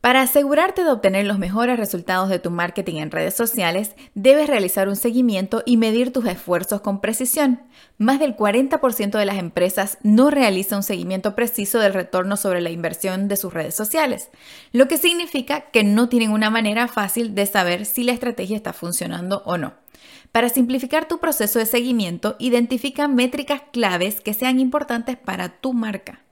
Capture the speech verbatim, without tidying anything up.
Para asegurarte de obtener los mejores resultados de tu marketing en redes sociales, debes realizar un seguimiento y medir tus esfuerzos con precisión. Más del cuarenta por ciento de las empresas no realiza un seguimiento preciso del retorno sobre la inversión de sus redes sociales, lo que significa que no tienen una manera fácil de saber si la estrategia está funcionando o no. Para simplificar tu proceso de seguimiento, identifica métricas claves que sean importantes para tu marca.